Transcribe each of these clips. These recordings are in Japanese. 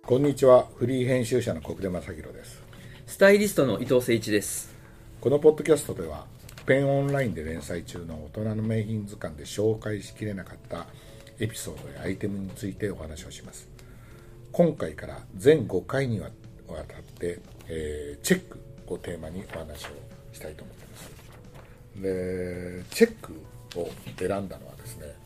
こんにちは。フリー編集者の小暮正弘です。 スタイリストの伊藤誠一です。 このポッドキャストではペンオンラインで連載中の大人の名品図鑑で紹介しきれなかったエピソードやアイテムについてお話をします。今回から全5回にわたって、チェックをテーマにお話をしたいと思っています。で、チェックを選んだのはですね、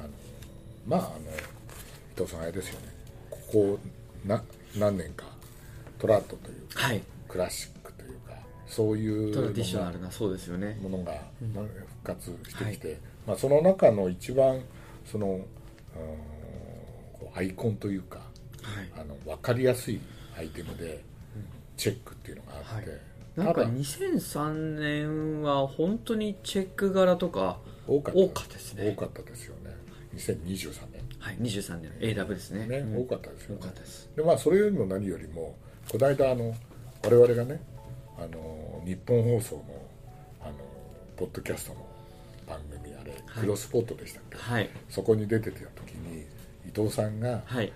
伊藤さんあれですよね。ここ何年かトラッドというか、 はい、 クラシックというか、そういうトラディショナルな、そうですよね、 ものが復活してきて、その中の一番そのアイコンというか、分かりやすいアイテムでチェックっていうのがあって、 なんか2003年は本当にチェック柄とか多かったですね。 多かったですよね。2023年、 はい、23年 AW ですね。 多かったですよね。 多かったです。 で、それよりも何よりもこの間我々がね、日本放送のポッドキャストの番組、あれ、クロスポットでしたっけ、 はい、 そこに出てた時に伊藤さんが、 はい、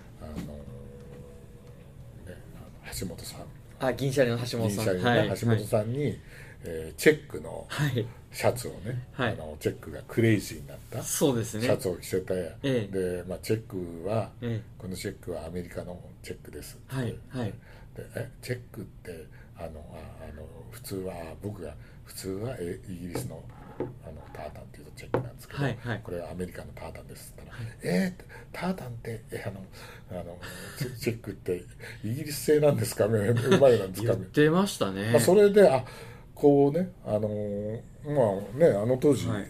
橋本さん、 銀シャリの橋本さん、 橋本さんに、チェックのシャツをね、チェックがクレイジーになったそうですね、 シャツを着せて、で、チェックは、このチェックはアメリカのチェックですって、でチェックって普通はイギリスのタータンっていうとチェックなんですけど、これはアメリカのタータンですって言ったら、タータンってチェックってイギリス製なんですか、うまいなんですか、 言ってましたね。 それでこうね、当時、フ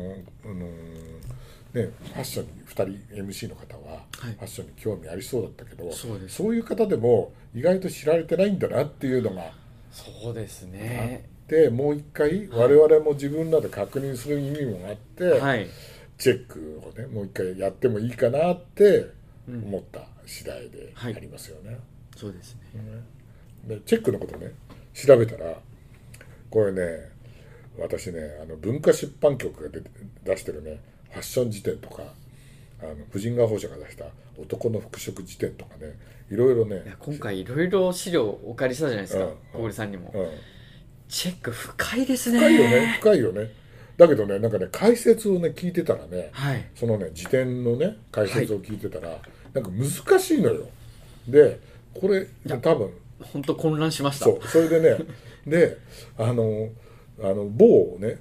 ァッションに2人 MC の方はファッションに興味ありそうだったけど、そういう方でも意外と知られてないんだなっていうのがそうですね。 でもう一回我々も自分らで確認する意味もあって、チェックをねもう一回やってもいいかなって思った次第でありますよね。 そうですね。 でチェックのことね調べたら、これね、私ね、文化出版局が出してるねファッション辞典とか、婦人画報社が出した男の服飾辞典とかね、いろいろね、 今回いろいろ資料お借りしたじゃないですか、小暮さんにも、チェック深いですね。 深いよね。だけどね、なんかね、解説をね聞いてたらね、そのね辞典のね解説を聞いてたら、なんか難しいのよ。でこれ多分本当混乱しました。 それでねで某ね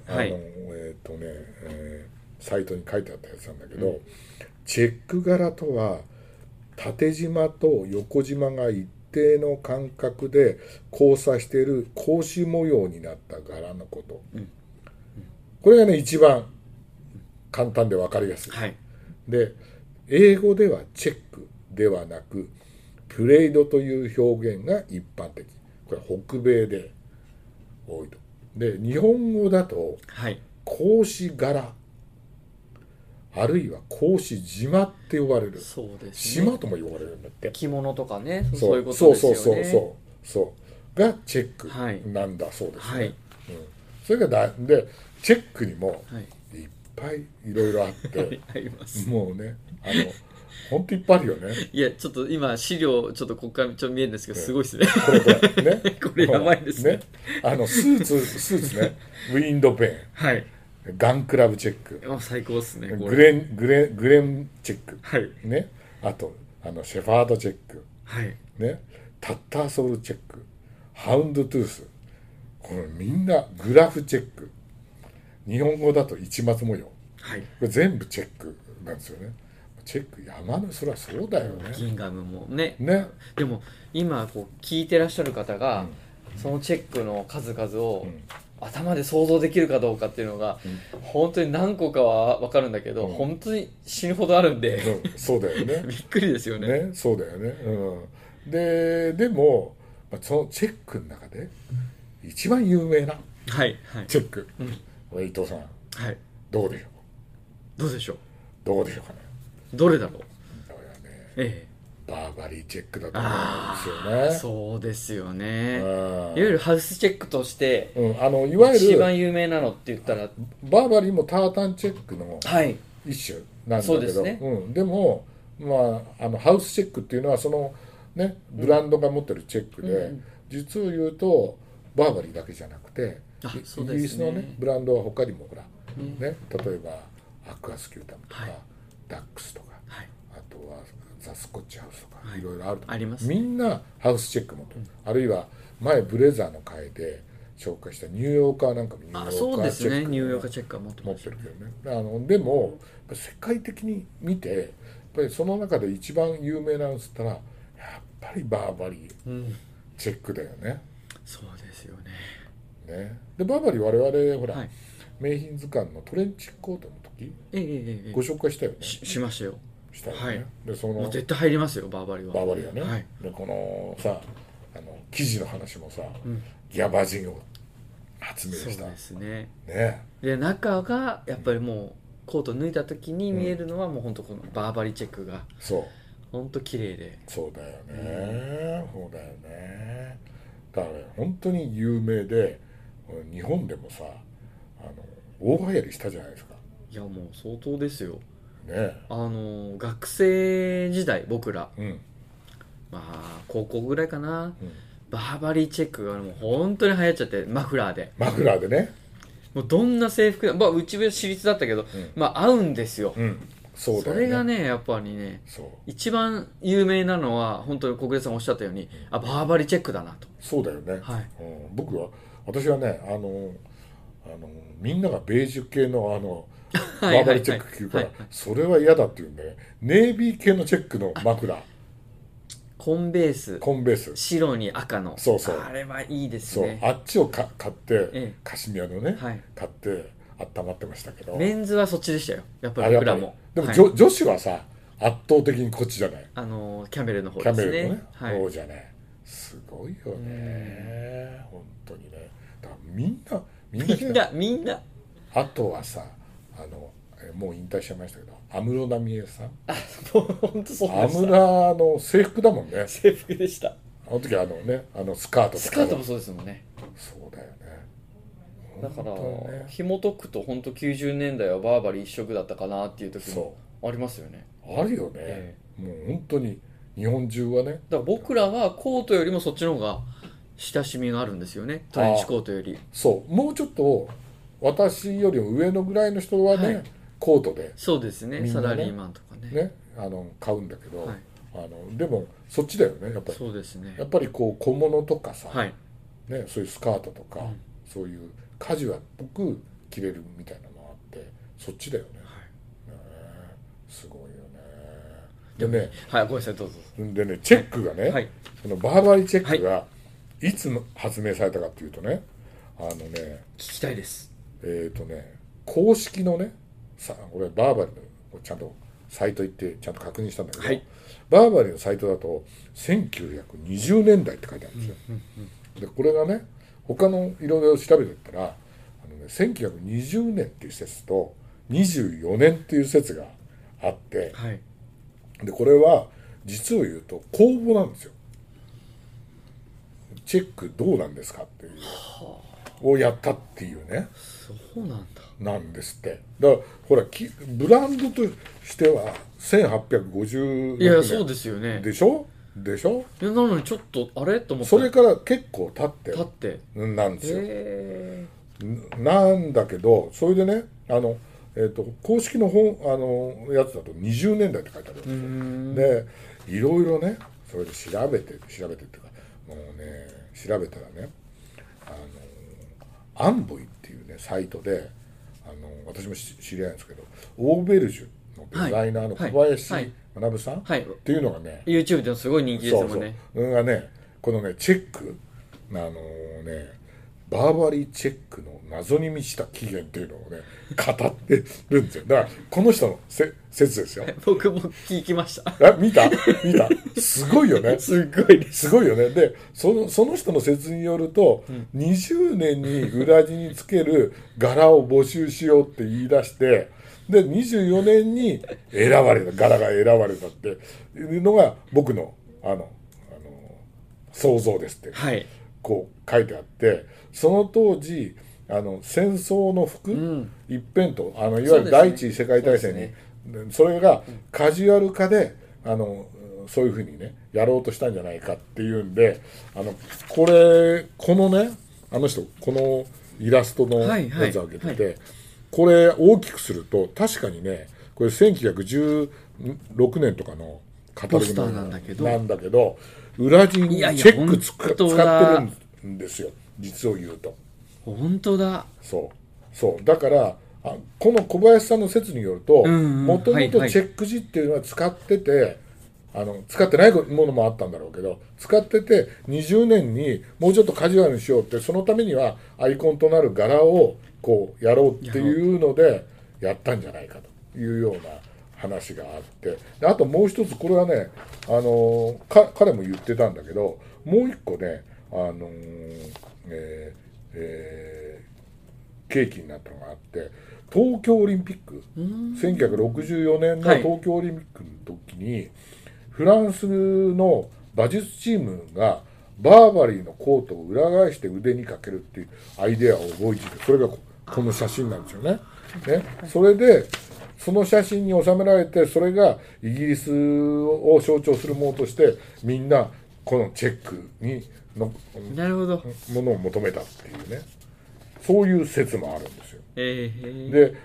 サイトに書いてあったやつなんだけど、チェック柄とは縦縞と横縞が一定の間隔で交差している格子模様になった柄のこと、これがね一番簡単で分かりやすい、で英語ではチェックではなくプレイドという表現が一般的。これ北米で多いと。で日本語だと格子柄、あるいは格子縞って呼ばれる。 そうですね。 縞とも呼ばれるんだって。 着物とかね、そういうことですよね。 そうがチェックなんだそうですね。それがでチェックにもいっぱいいろいろあってあります。 もうね本当いっぱいあるよね。 いやちょっと今資料ちょっとここからちょっと見えるんですけど、すごいですね。 これねこれやばいですね。 スーツね、ウィンドペン、ガンクラブチェック、 最高ですね。 グレンチェック、ね、あとシェファードチェック、ね、タッターソウルチェック、ハウンドトゥース、これみんなグラフチェック、日本語だと市松模様、これ全部チェックなんですよね。チェック山の、それはそうだよね。 ギンガムもね。でも今こう聞いてらっしゃる方が、そのチェックの数々を、頭で想像できるかどうかっていうのが、本当に何個かは分かるんだけど、本当に死ぬほどあるんで、 そうだよね。 びっくりですよね。 そうだよね。でもそのチェックの中で一番有名なチェック、伊藤さん、どうでしょうかね。 どれだろう。 これはね、バーバリーチェックだと思うんですよね。 そうですよね。いわゆるハウスチェックとして、 いわゆる一番有名なのって言ったらバーバリーもタータンチェックの一種なんだけど、でもハウスチェックっていうのはそのね、ブランドが持ってるチェックで、実を言うとバーバリーだけじゃなくて、イギリスのねブランドは他にもほら、ね、例えばアクアスキュータムとか、ダックスとか、あとはザ・スコッチハウスとか、いろいろあると、 あります、 みんなハウスチェック持ってる、あるいは前ブレザーの回で紹介したニューヨーカーなんかもニューヨーカーチェック、 そうですね、ニューヨーカーチェックは持ってるけどね。でも世界的に見てやっぱりその中で一番有名なのっつったらやっぱりバーバリーチェックだよね。 そうですよね。 でバーバリー我々ほら、名品図鑑のトレンチコートの時、ご紹介したよね。 しましたよ。 したよね。でその絶対入りますよバーバリーは。 バーバリーはね。でこのさ生地の話もさ、ギャバジンを発明した。 そうですね。 ね。 で中がやっぱりもうコート脱いだ時に見えるのはもう本当このバーバリーチェックが本当綺麗で。 そうだよね。そうだよね。だから本当に有名で日本でもさ大流行りしたじゃないですか。 いやもう相当ですよ。 ね。 学生時代僕ら、まあ高校ぐらいかな、バーバリーチェックがもう本当に流行っちゃって、マフラーでね。もうどんな制服うちは私立だったけど、合うんですよ。 そうだよね。 それがねやっぱりね一番有名なのは本当に国枝さんおっしゃったようにバーバリーチェックだなと。 そうだよね。私はねみんながベージュ系のバーバリーチェック着るからそれは嫌だっていうんでネイビー系のチェックのマフラー、 コンベース白に赤の、あれはいいですね。 あっちを買ってカシミヤのね、買って温まってましたけど、 メンズはそっちでしたよやっぱり僕らも。 でも女子はさ圧倒的にこっちじゃない、 キャメルの方ですね。 キャメルのね方じゃない、すごいよね本当にね。だからみんなあとはさもう引退しちゃいましたけど安室奈美恵さん、 もう本当そうでした。 安室の制服だもんね。 制服でした。 あの時スカートとかスカートもそうですもんね。 そうだよね。 だから紐解くと本当90年代はバーバリー一色だったかなっていう時もありますよね。 あるよね、もう本当に日本中はね。 だから僕らはコートよりもそっちの方が親しみがあるんですよね、トレンチコートより。 そうもうちょっと私よりも上のぐらいの人はね、コートでそうですね、サラリーマンとかね買うんだけど、でもそっちだよねやっぱり。 そうですね。 やっぱりこう小物とかさ、ね、そういうスカートとか、そういうカジュアルっぽく着れるみたいなのがあってそっちだよね。すごいよね。でね、 ごめんなさいどうぞ。 でねチェックがね、そのバーバリーチェックがいつ発明されたかっていうとね、 聞きたいです。 公式のね俺バーバリーのちゃんとサイト行ってちゃんと確認したんだけど、バーバリーのサイトだと1920年代って書いてあるんですよ。でこれがね他のいろいろ調べてったら1920年っていう説と24年っていう説があって、でこれは実を言うと公募なんですよ。チェックどうなんですかっていうをやったっていうね。 そうなんだ。 なんですって。だからほらブランドとしては1856年。 いやそうですよね。 でしょいやなのにちょっとあれと思って。 それから結構経ってなんですよ。なんだけどそれでね公式のやつだと20年代って書いてあるんですよ。でいろいろねそれで調べてっていうかもうね調べたらねアンボイっていうねサイトで私も知り合いなんですけどオーベルジュのデザイナーの小林学さんっていうのがね YouTube でもすごい人気ですもんね。 がねこのねチェックバーバリーチェックの謎に満ちた起源っていうのをね語ってるんですよ。だからこの人の説ですよ。 僕も聞きました。 見たすごいよね。 すごいです。 すごいよね。でその人の説によると、20年に裏地につける柄を募集しようって言い出してで24年に柄が選ばれたっていうのが僕の想像ですって、こう書いてあって、その当時戦争の服、一辺といわゆる第一次世界大戦に それがカジュアル化でそういうふうにねやろうとしたんじゃないかっていうんで、このね人このイラストのやつを上げてて、これ大きくすると確かにねこれ1916年とかのカタログなんだけど裏地にチェック使ってるんですよ、実を言うと。 本当だ。 そうだからこの小林さんの説によるともともとチェック地っていうのは使ってて、使ってないものもあったんだろうけど使ってて20年にもうちょっとカジュアルにしようって、そのためにはアイコンとなる柄をこうやろうっていうのでやったんじゃないかというような話があって、あともう一つこれはね彼も言ってたんだけど、もう一個ね契機になったのがあって、東京オリンピック1964年の東京オリンピックの時に、フランスの馬術チームがバーバリーのコートを裏返して腕にかけるっていうアイデアを覚えていて、それがこの写真なんですよね。それでその写真に収められて、それがイギリスを象徴するものとしてみんなこのチェックにのものを求めたっていうね、そういう説もあるんですよ。で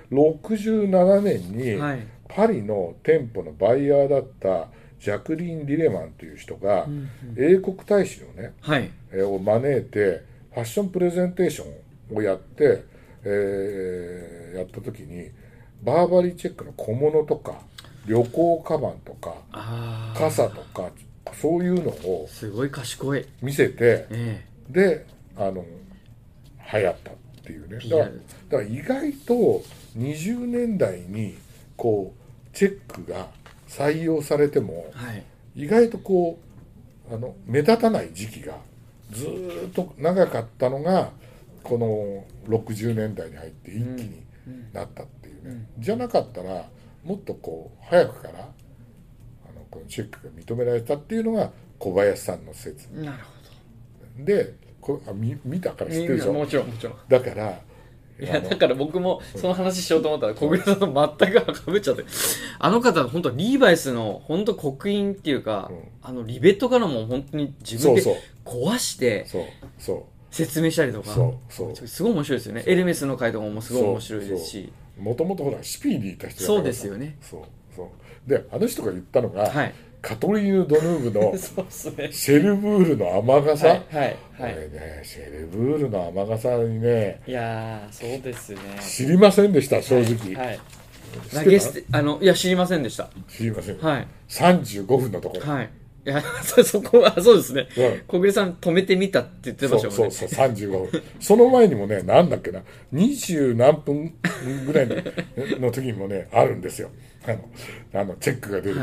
67年にパリの店舗のバイヤーだったジャクリーン・リレマンという人が英国大使のね、を招いてファッションプレゼンテーションをやって、やった時にバーバリーチェックの小物とか旅行カバンとか傘とかそういうのをすごい賢い見せて、で流行ったっていうね。だから意外と20年代にこうチェックが採用されても、意外とこう目立たない時期がずっと長かったのがこの60年代に入って一気になったっていうね、じゃなかったらもっとこう早くからこのチェックが認められたっていうのが小林さんの説。 なるほど。で見たから知ってるでしょ。 もちろんだからだから僕もその話しようと思ったら小暮さんと全くかぶっちゃって、あの方本当リーバイスの本当刻印っていうか、リベットからも本当に自分で壊して説明したりとか、すごい面白いですよね。エルメスの回とかもすごい面白いですし、 もともとほらシピーディーいた人だからそうですよね。 で人が言ったのが、カトリーヌ・ドヌーブのシェルブールの雨傘、これねシェルブールの雨傘にね、 いやそうですね、 知りませんでした正直。 投げ捨ていや知りませんでした。 知りません。35分のところ。 いやそこはそうですね。小暮さん止めてみたって言ってましたもんね。 そう35分。その前にもね、なんだっけな、20何分ぐらいの時にもねあるんですよ。チェックが出る。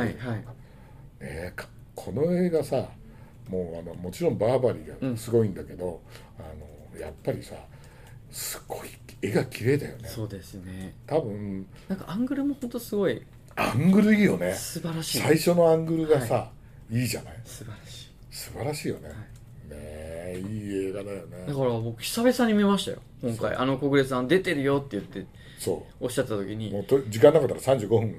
この映画さ、もちろんバーバリーがすごいんだけど、やっぱりさすごい絵が綺麗だよね。 そうですね。 多分なんかアングルも本当すごい。 アングルいいよね。 素晴らしい。 最初のアングルがさ、いいじゃない。 素晴らしいよね。いい映画だよね。 だから僕久々に見ましたよ今回。小暮さん出てるよって言っておっしゃった時に、 もう時間なかったら35分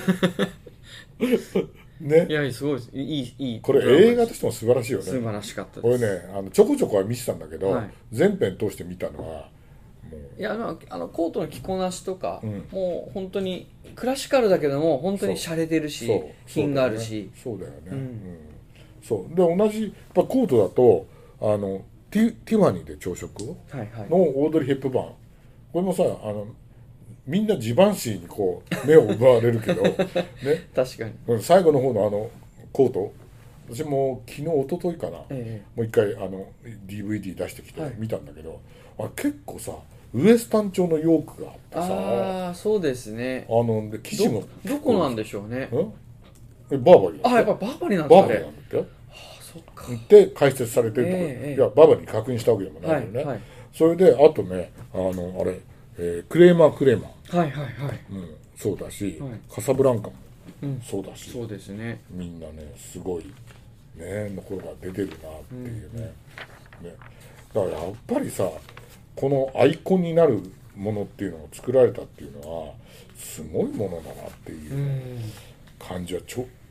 ね。 いやすごいです。いいこれ映画としても素晴らしいよね。 素晴らしかったです。 これねちょこちょこは見てたんだけど、全編通して見たのはもう、 いやコートの着こなしとか、もう本当にクラシカルだけども本当に洒落てるし品があるし。 そうだよね。そうで同じやっぱコートだとティファニーで朝食を、のオードリー・ヘップバーン、これもさみんなジバンシーにこう目を奪われるけどね確かに最後の方のコート、私も昨日一昨日かな、もう一回DVD 出してきて見たんだけど、結構さウエスタン調のヨークがあってさ、 そうですね。 で生地もどこなんでしょうね。 バーバリー。 やっぱバーバリーなんですかね。 バーバリーなんだって。そっか。で解説されてるとか、いやバーバリーに確認したわけでもないよね。それであとねクレーマー、そうだし、カサブランカもそうだし、 そうですね。 みんなねすごいねの頃が出てるなっていうね。だからやっぱりさこのアイコンになるものっていうのを作られたっていうのはすごいものだなっていう感じは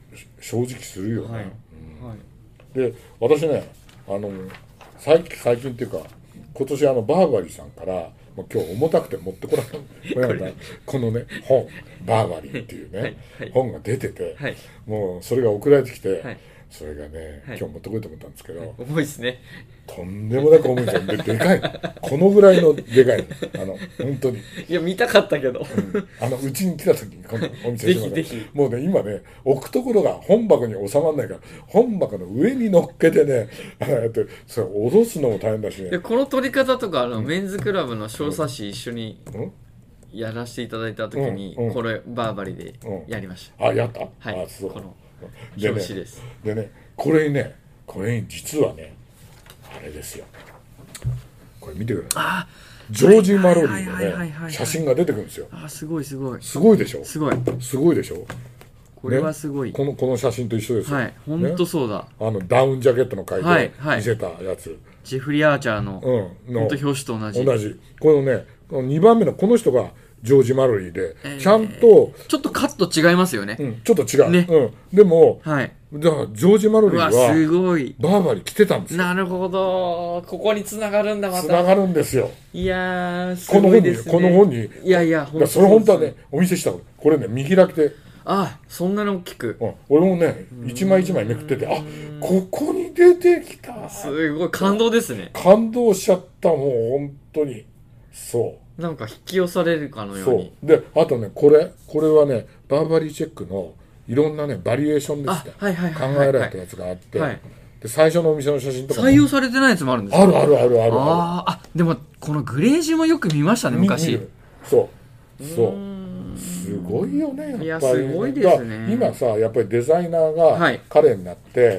正直するよね、 はいで私ね最近っていうか今年バーバリーさんからもう今日重たくて持ってこられたこのね本バーバリーっていうね本が出てて、もうそれが送られてきて、それがね、今日持ってこいと思ったんですけど、 重いですね。 とんでもなく重いんですよ。でかいこのぐらいのでかい本当にいや見たかったけど、 うちに来た時にこのお見せします。 ぜひもうね今ね置くところが本箱に収まらないから本箱の上に乗っけてねそれ下ろすのも大変だしね。 この取り方とかメンズクラブの小冊子一緒にやらせていただいた時に、これバーバリーでやりました。 やった？ はい、 そう。 この表紙です。 でねこれに実はねあれですよ、これ見てください。ジョージ・マロリーのね写真が出てくるんですよ。 すごいすごいすごいでしょ。 すごいでしょ。 これはすごい、 この写真と一緒ですよ。 本当そうだ。 ダウンジャケットの回で見せたやつ、 ジェフリー・アーチャーの本当表紙と同じ。 このねこの2番目のこの人がジョージ・マロリーで、ちゃんとちょっとカット違いますよね。 ちょっと違う、でも、 だからジョージ・マロリーはすごいバーバリー着てたんですよ。 なるほど、ここに繋がるんだ。また繋がるんですよ。 いやーすごいですね。 この本にいや本当それ本当はねお見せしたこれね見開きで、 そんなに大きく、 俺もね一枚一枚めくってて、ここに出てきた。 すごい感動ですね。 感動しちゃった。もう本当にそうなんか引き寄されるかのように。 であとねこれはねバーバリーチェックのいろんなねバリエーションですね、考えられたやつがあって、で最初のお店の写真とか採用されてないやつもあるんですか？ ある。 でもこのグレージュもよく見ましたね昔。 そうすごいよね。やっぱりすごいですね。 今さやっぱりデザイナーが彼になって、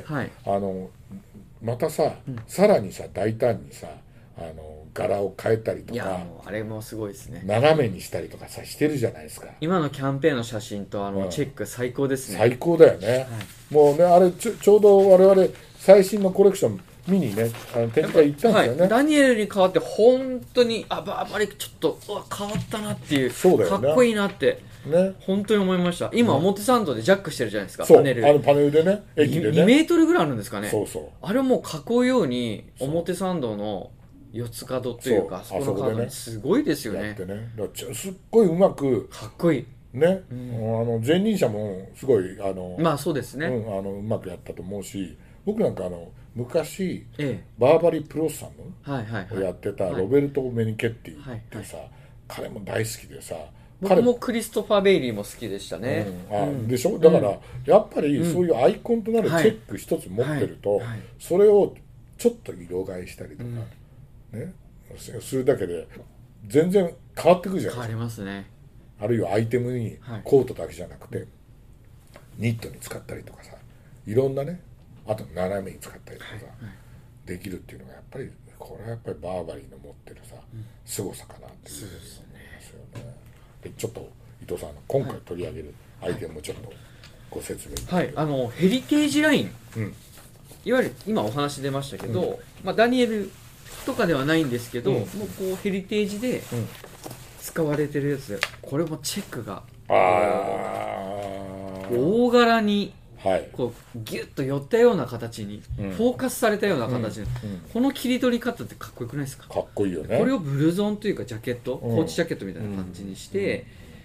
またさ、さらにさ大胆にさ柄を変えたりとか、 もうあれもすごいですね。 斜めにしたりとかさしてるじゃないですか。 今のキャンペーンの写真とチェック最高ですね。 最高だよね、もうねあれちょうど我々最新のコレクション見にね展示会行ったんですよね、 ダニエルに代わって本当にバーバリーちょっと変わったなっていう、 そうだよね、 かっこいいなって本当に思いました。今表参道でジャックしてるじゃないですか、 パネルパネルでね、駅でね 2メートルぐらいあるんですかね。 そうあれをもう囲うように表参道の四つ角というか、そこの角にすごいですよね。 すっごいうまくかっこいいね、前任者もすごいそうですね、 うまくやったと思うし、僕なんか昔、バーバリー・プロッサムをやってたロベルト・メニケッティってさ、彼も大好きでさ、 僕もクリストファー・ベイリーも好きでしたね、 でしょ。だからやっぱりそういうアイコンとなるチェック一つ持ってると、それをちょっと色替えしたりとかね、するだけで全然変わってくるじゃないですか。 変わりますね。 あるいはアイテムにコートだけじゃなくて、ニットに使ったりとかさ、いろんなね、あと斜めに使ったりとかさ、できるっていうのがやっぱりこれはやっぱりバーバリーの持ってるさ、凄さかなっていうですよね。でちょっと伊藤さん今回取り上げるアイテムをちょっとご説明いただければ。 ヘリテージライン、いわゆる今お話出ましたけど、ダニエルとかではないんですけど、もうこうヘリテージで使われてるやつで、これもチェックが大柄にこうギュッと寄ったような形に、フォーカスされたような形に、この切り取り方ってかっこよくないですか？ かっこいいよね。 これをブルゾンというかジャケット、コーチジャケットみたいな感じにして、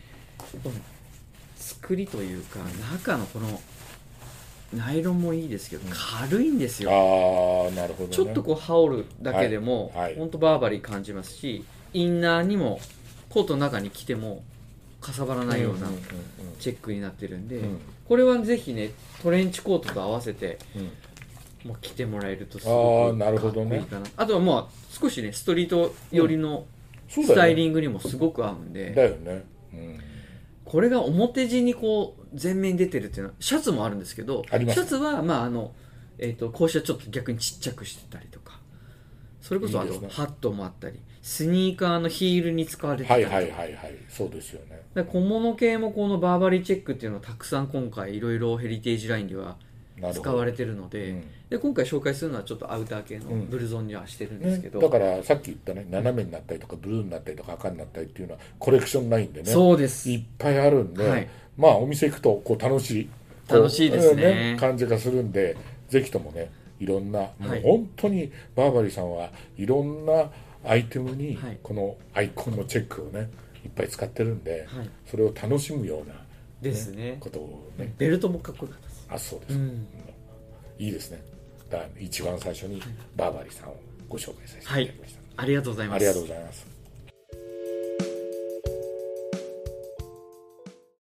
作りというか中のこのナイロンもいいですけど、軽いんですよ。 なるほどね。 ちょっとこう羽織るだけでも、ほんとバーバリー感じますし、インナーにもコートの中に着てもかさばらないようなチェックになってるんで、これはぜひねトレンチコートと合わせて、もう着てもらえるとすごくかっこいいかな。あとはまあ少しねストリート寄りのスタイリングにもすごく合うんで、 だよね。 これが表地にこう前面に出てるっていうのは、シャツもあるんですけど、シャツはこうしたちょっと逆にちっちゃくしてたりとか、それこそハットもあったり、スニーカーのヒールに使われてたりとか、 そうですよね。 小物系もこのバーバリーチェックっていうのをたくさん今回いろいろヘリテージラインでは使われてるので、で今回紹介するのはちょっとアウター系のブルゾンにはしてるんですけど、 だからさっき言ったね、斜めになったりとかブルーになったりとか赤になったりっていうのはコレクションラインでね、 そうです、 いっぱいあるんで、まあお店行くとこう楽しい楽しいですね感じがするんで、ぜひともねいろんな、もう本当にバーバリーさんはいろんなアイテムにこのアイコンのチェックをねいっぱい使ってるんで、それを楽しむような、 ですね、 ことをね。 ベルトもかっこよかったです。 あ、そうです、いいですね。一番最初にバーバリーさんをご紹介させていただきました。 ありがとうございます。 ありがとうございます。